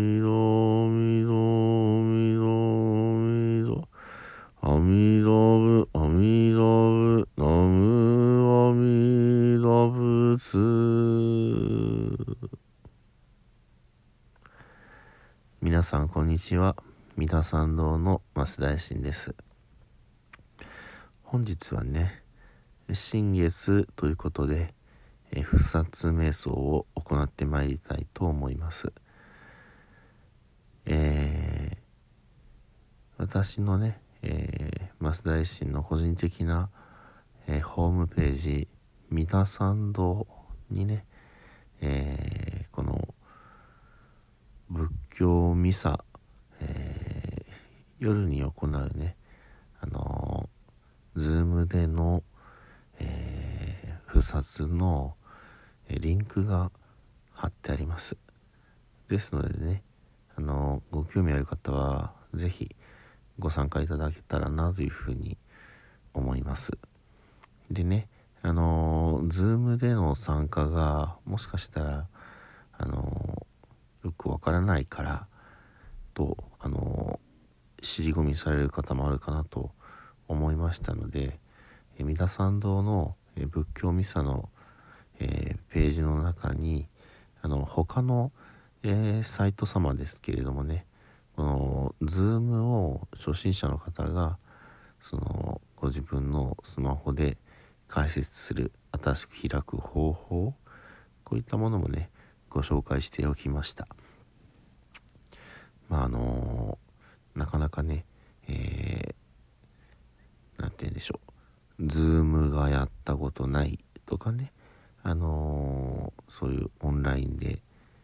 みどみどみどみど阿弥陀仏阿弥陀仏南無阿弥陀仏。皆さんこんにちは。三田参道の増大臣です。本日はね、新月ということで菩薩瞑想を行ってまいりたいと思います。私のね、増大臣の個人的な、ホームページ三田参道にね、この仏教ミサ、夜に行うね、ズームでの、菩薩のリンクが貼ってあります。ですのでね、ご興味ある方はぜひご参加いただけたらなというふうに思います。でね、ズームでの参加がもしかしたらよくわからないからと尻込みされる方もあるかなと思いましたので、三田参道の仏教ミサのページの中に他の、サイト様ですけれどもね、このズームを初心者の方がご自分のスマホで解説する、新しく開く方法、こういったものもねご紹介しておきました。なかなかね、なんて言うんでしょう、ズームがやったことないとかね、そういうオンラインで、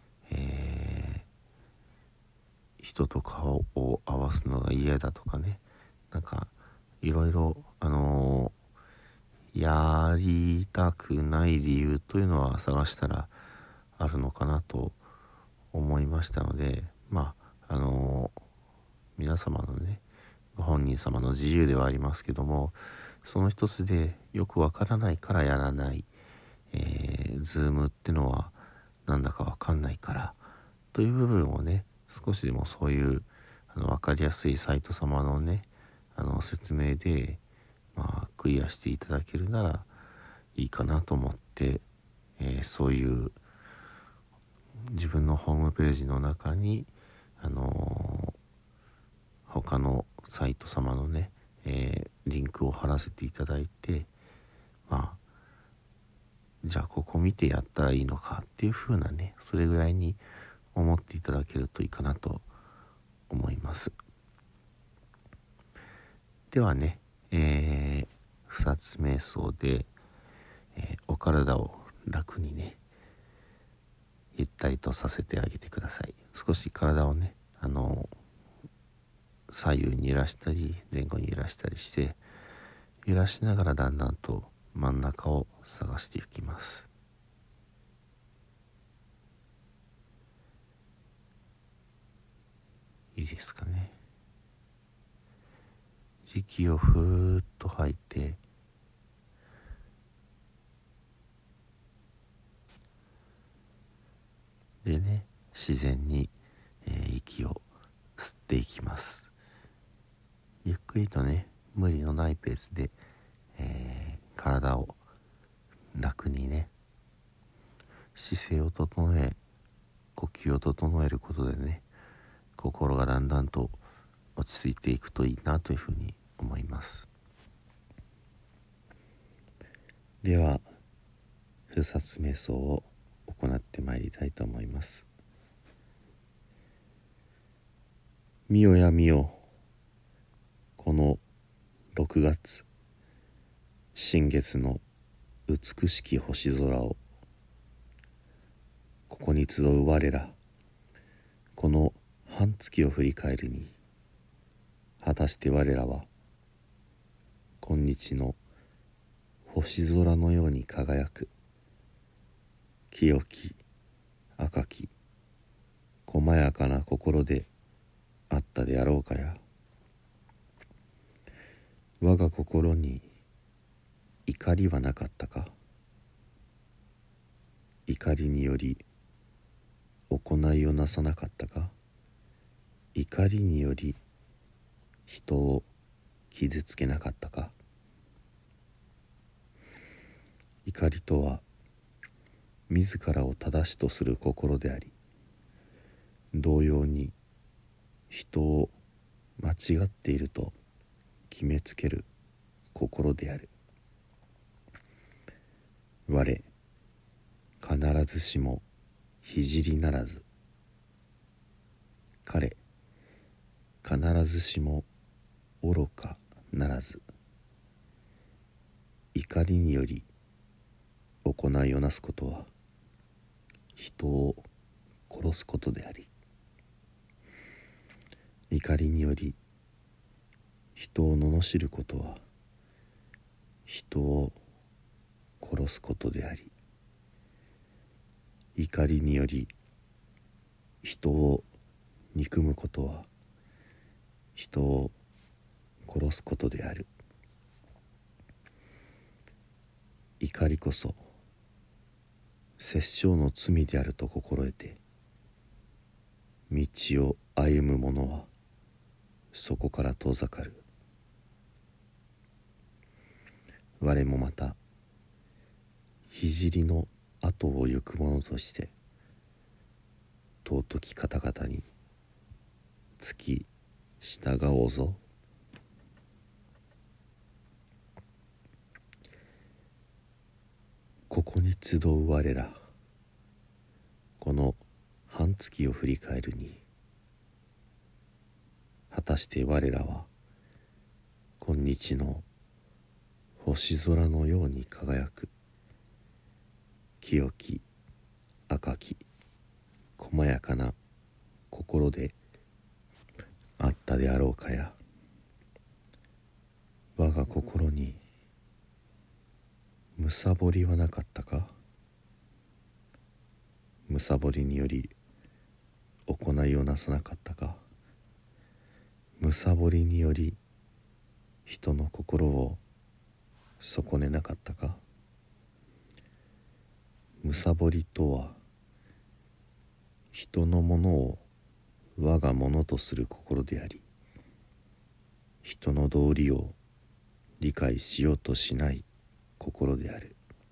人と顔を合わすのが嫌だとかね、なんかいろいろやりたくない理由というのは探したらあるのかなと思いましたので、皆様のね、ご本人様の自由ではありますけども、その一つでよくわからないからやらない、ズームってのはなんだかわかんないからという部分をね、少しでもそういうわかりやすいサイト様のね説明でクリアしていただけるならいいかなと思って、そういう自分のホームページの中に他のサイト様のね、リンクを貼らせていただいて、じゃあここ見てやったらいいのかっていう風なね、それぐらいに思っていただけるといいかなと思います。ではね、菩薩瞑想で、お体を楽にね、ゆったりとさせてあげてください。少し体をね、左右に揺らしたり前後に揺らしたりして、揺らしながらだんだんと真ん中を探していきます。 いいですかね。息をふーっと吐いて、でね、自然に、息を吸っていきます。ゆっくりとね、無理のないペースで、体を楽にね、姿勢を整え、呼吸を整えることでね、心がだんだんと落ち着いていくといいなというふうに思います。では、不殺瞑想を行ってまいりたいと思います。見よや見よ、この6月、新月の美しき星空を、ここに集う我ら、この半月を振り返るに、果たして我らは今日の星空のように輝く清き赤き細やかな心であったであろうかや。我が心に怒りはなかったか。怒りにより行いをなさなかったか。怒りにより人を傷つけなかったか。怒りとは自らを正しとする心であり、同様に人を間違っていると決めつける心である。我必ずしも聖ならず、彼必ずしも愚かならず、怒りにより行いをなすことは人を殺すことであり、怒りにより人を罵ることは人を殺すことであり、怒りにより人を憎むことは人を殺すことである。怒りこそ殺生の罪であると心得て、道を歩む者はそこから遠ざかる。我もまた聖の後を行く者として尊き方々につき従おうぞ。ここに集う我ら、この半月を振り返るに、果たして我らは今日の星空のように輝く清き赤き細やかな心であったであろうかや。我が心にむさぼりはなかったか。むさぼりにより行いをなさなかったか。むさぼりにより人の心を損ねなかったか。むさぼりとは人のものを我がものとする心であり、人の道理を理解しようとしない心である。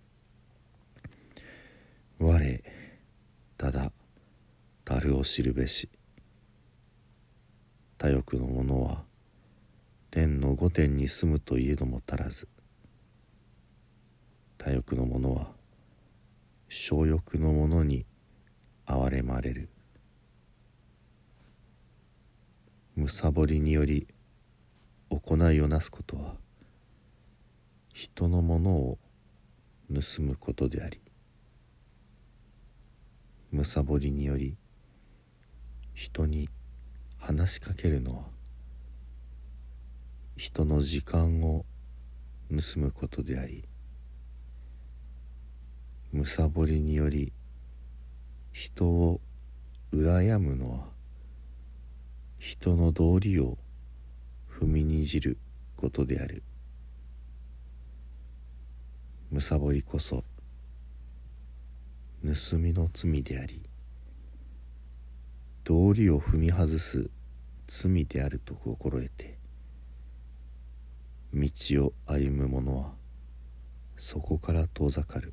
我ただ樽を知るべし。他欲の者は天の御殿に住むといえども足らず、他欲の者は小欲の者に憐れまれる。むさぼりにより行いをなすことは人のものを盗むことであり、むさぼりにより人に話しかけるのは人の時間を盗むことであり、むさぼりにより人を羨むのは人の道理を踏みにじることである。むさぼりこそ盗みの罪であり、道理を踏み外す罪であると心得て、道を歩む者はそこから遠ざかる。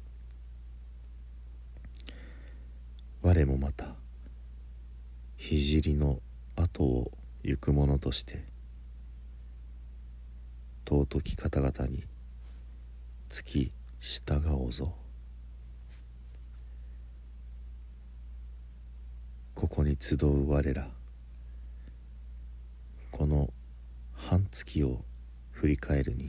我もまた聖の後を行く者として、尊き方々につき従おうぞ。ここに集う我ら、この半月を振り返るに、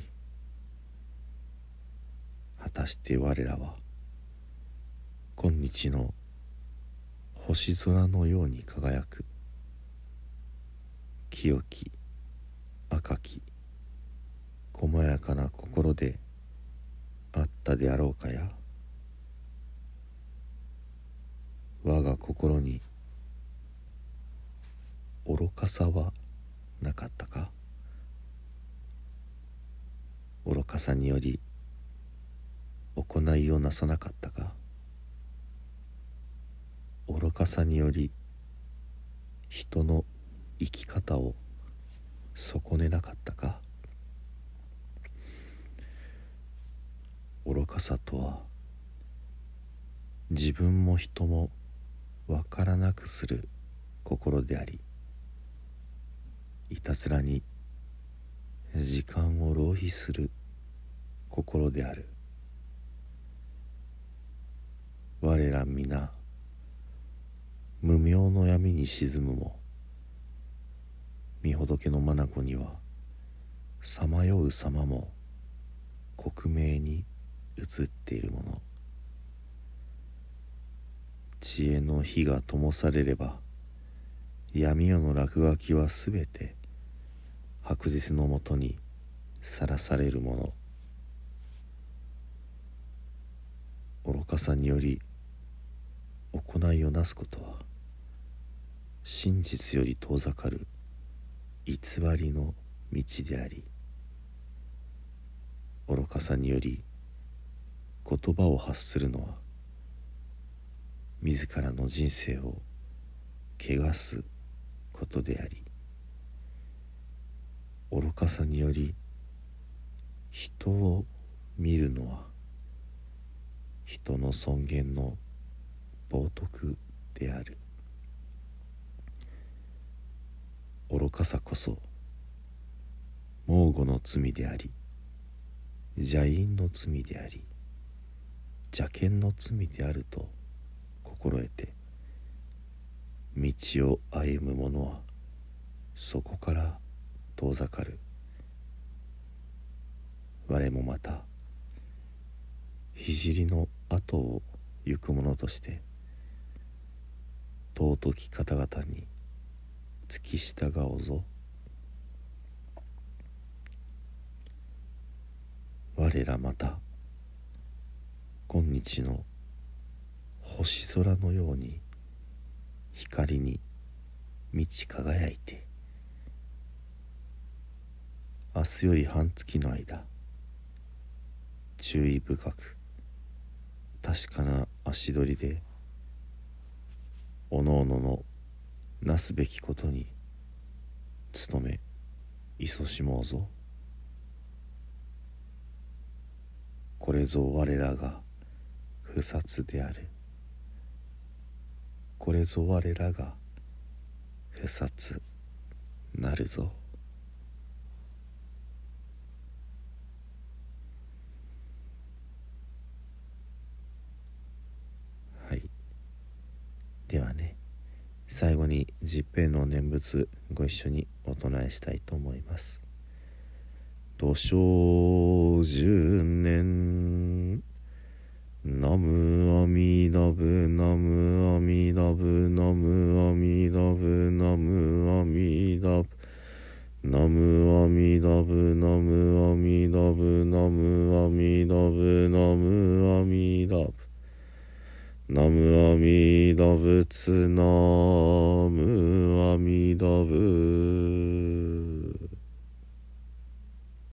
果たして我らは今日の星空のように輝く清き赤き細やかな心であったであろうかや。我が心に愚かさはなかったか。愚かさにより行いをなさなかったか。愚かさにより人の生き方を損ねなかったか。愚かさとは、自分も人もわからなくする心であり、いたずらに時間を浪費する心である。我ら皆無明の闇に沈むも、御仏の眼にはさまよう様も克明に映っているもの。知恵の火が灯されれば、闇夜の落書きはすべて白日のもとにさらされるもの。愚かさにより行いをなすことは、真実より遠ざかる偽りの道であり、愚かさにより言葉を発するのは、自らの人生を汚すことであり、愚かさにより人を見るのは、人の尊厳の冒涜である。愚かさこそ妄語の罪であり、邪淫の罪であり、邪見の罪であると心得て、道を歩む者はそこから遠ざかる。我もまた聖の後を行く者として、尊き方々につき従おうぞ。我らまた今日の星空のように光に満ち輝いて、明日より半月の間、注意深く確かな足取りでおのおののなすべきことに努め勤しもうぞ。これぞ我らが不殺である。これぞ我らが不殺なるぞ。はい。ではね、最後に十平の念仏ご一緒にお唱えしたいと思います。土生十年ナムアミダブナムアミダブナムアミダブナムアミダブナムアミダブナムアミダブナムアミダブナムアミダブナムアミダブツナ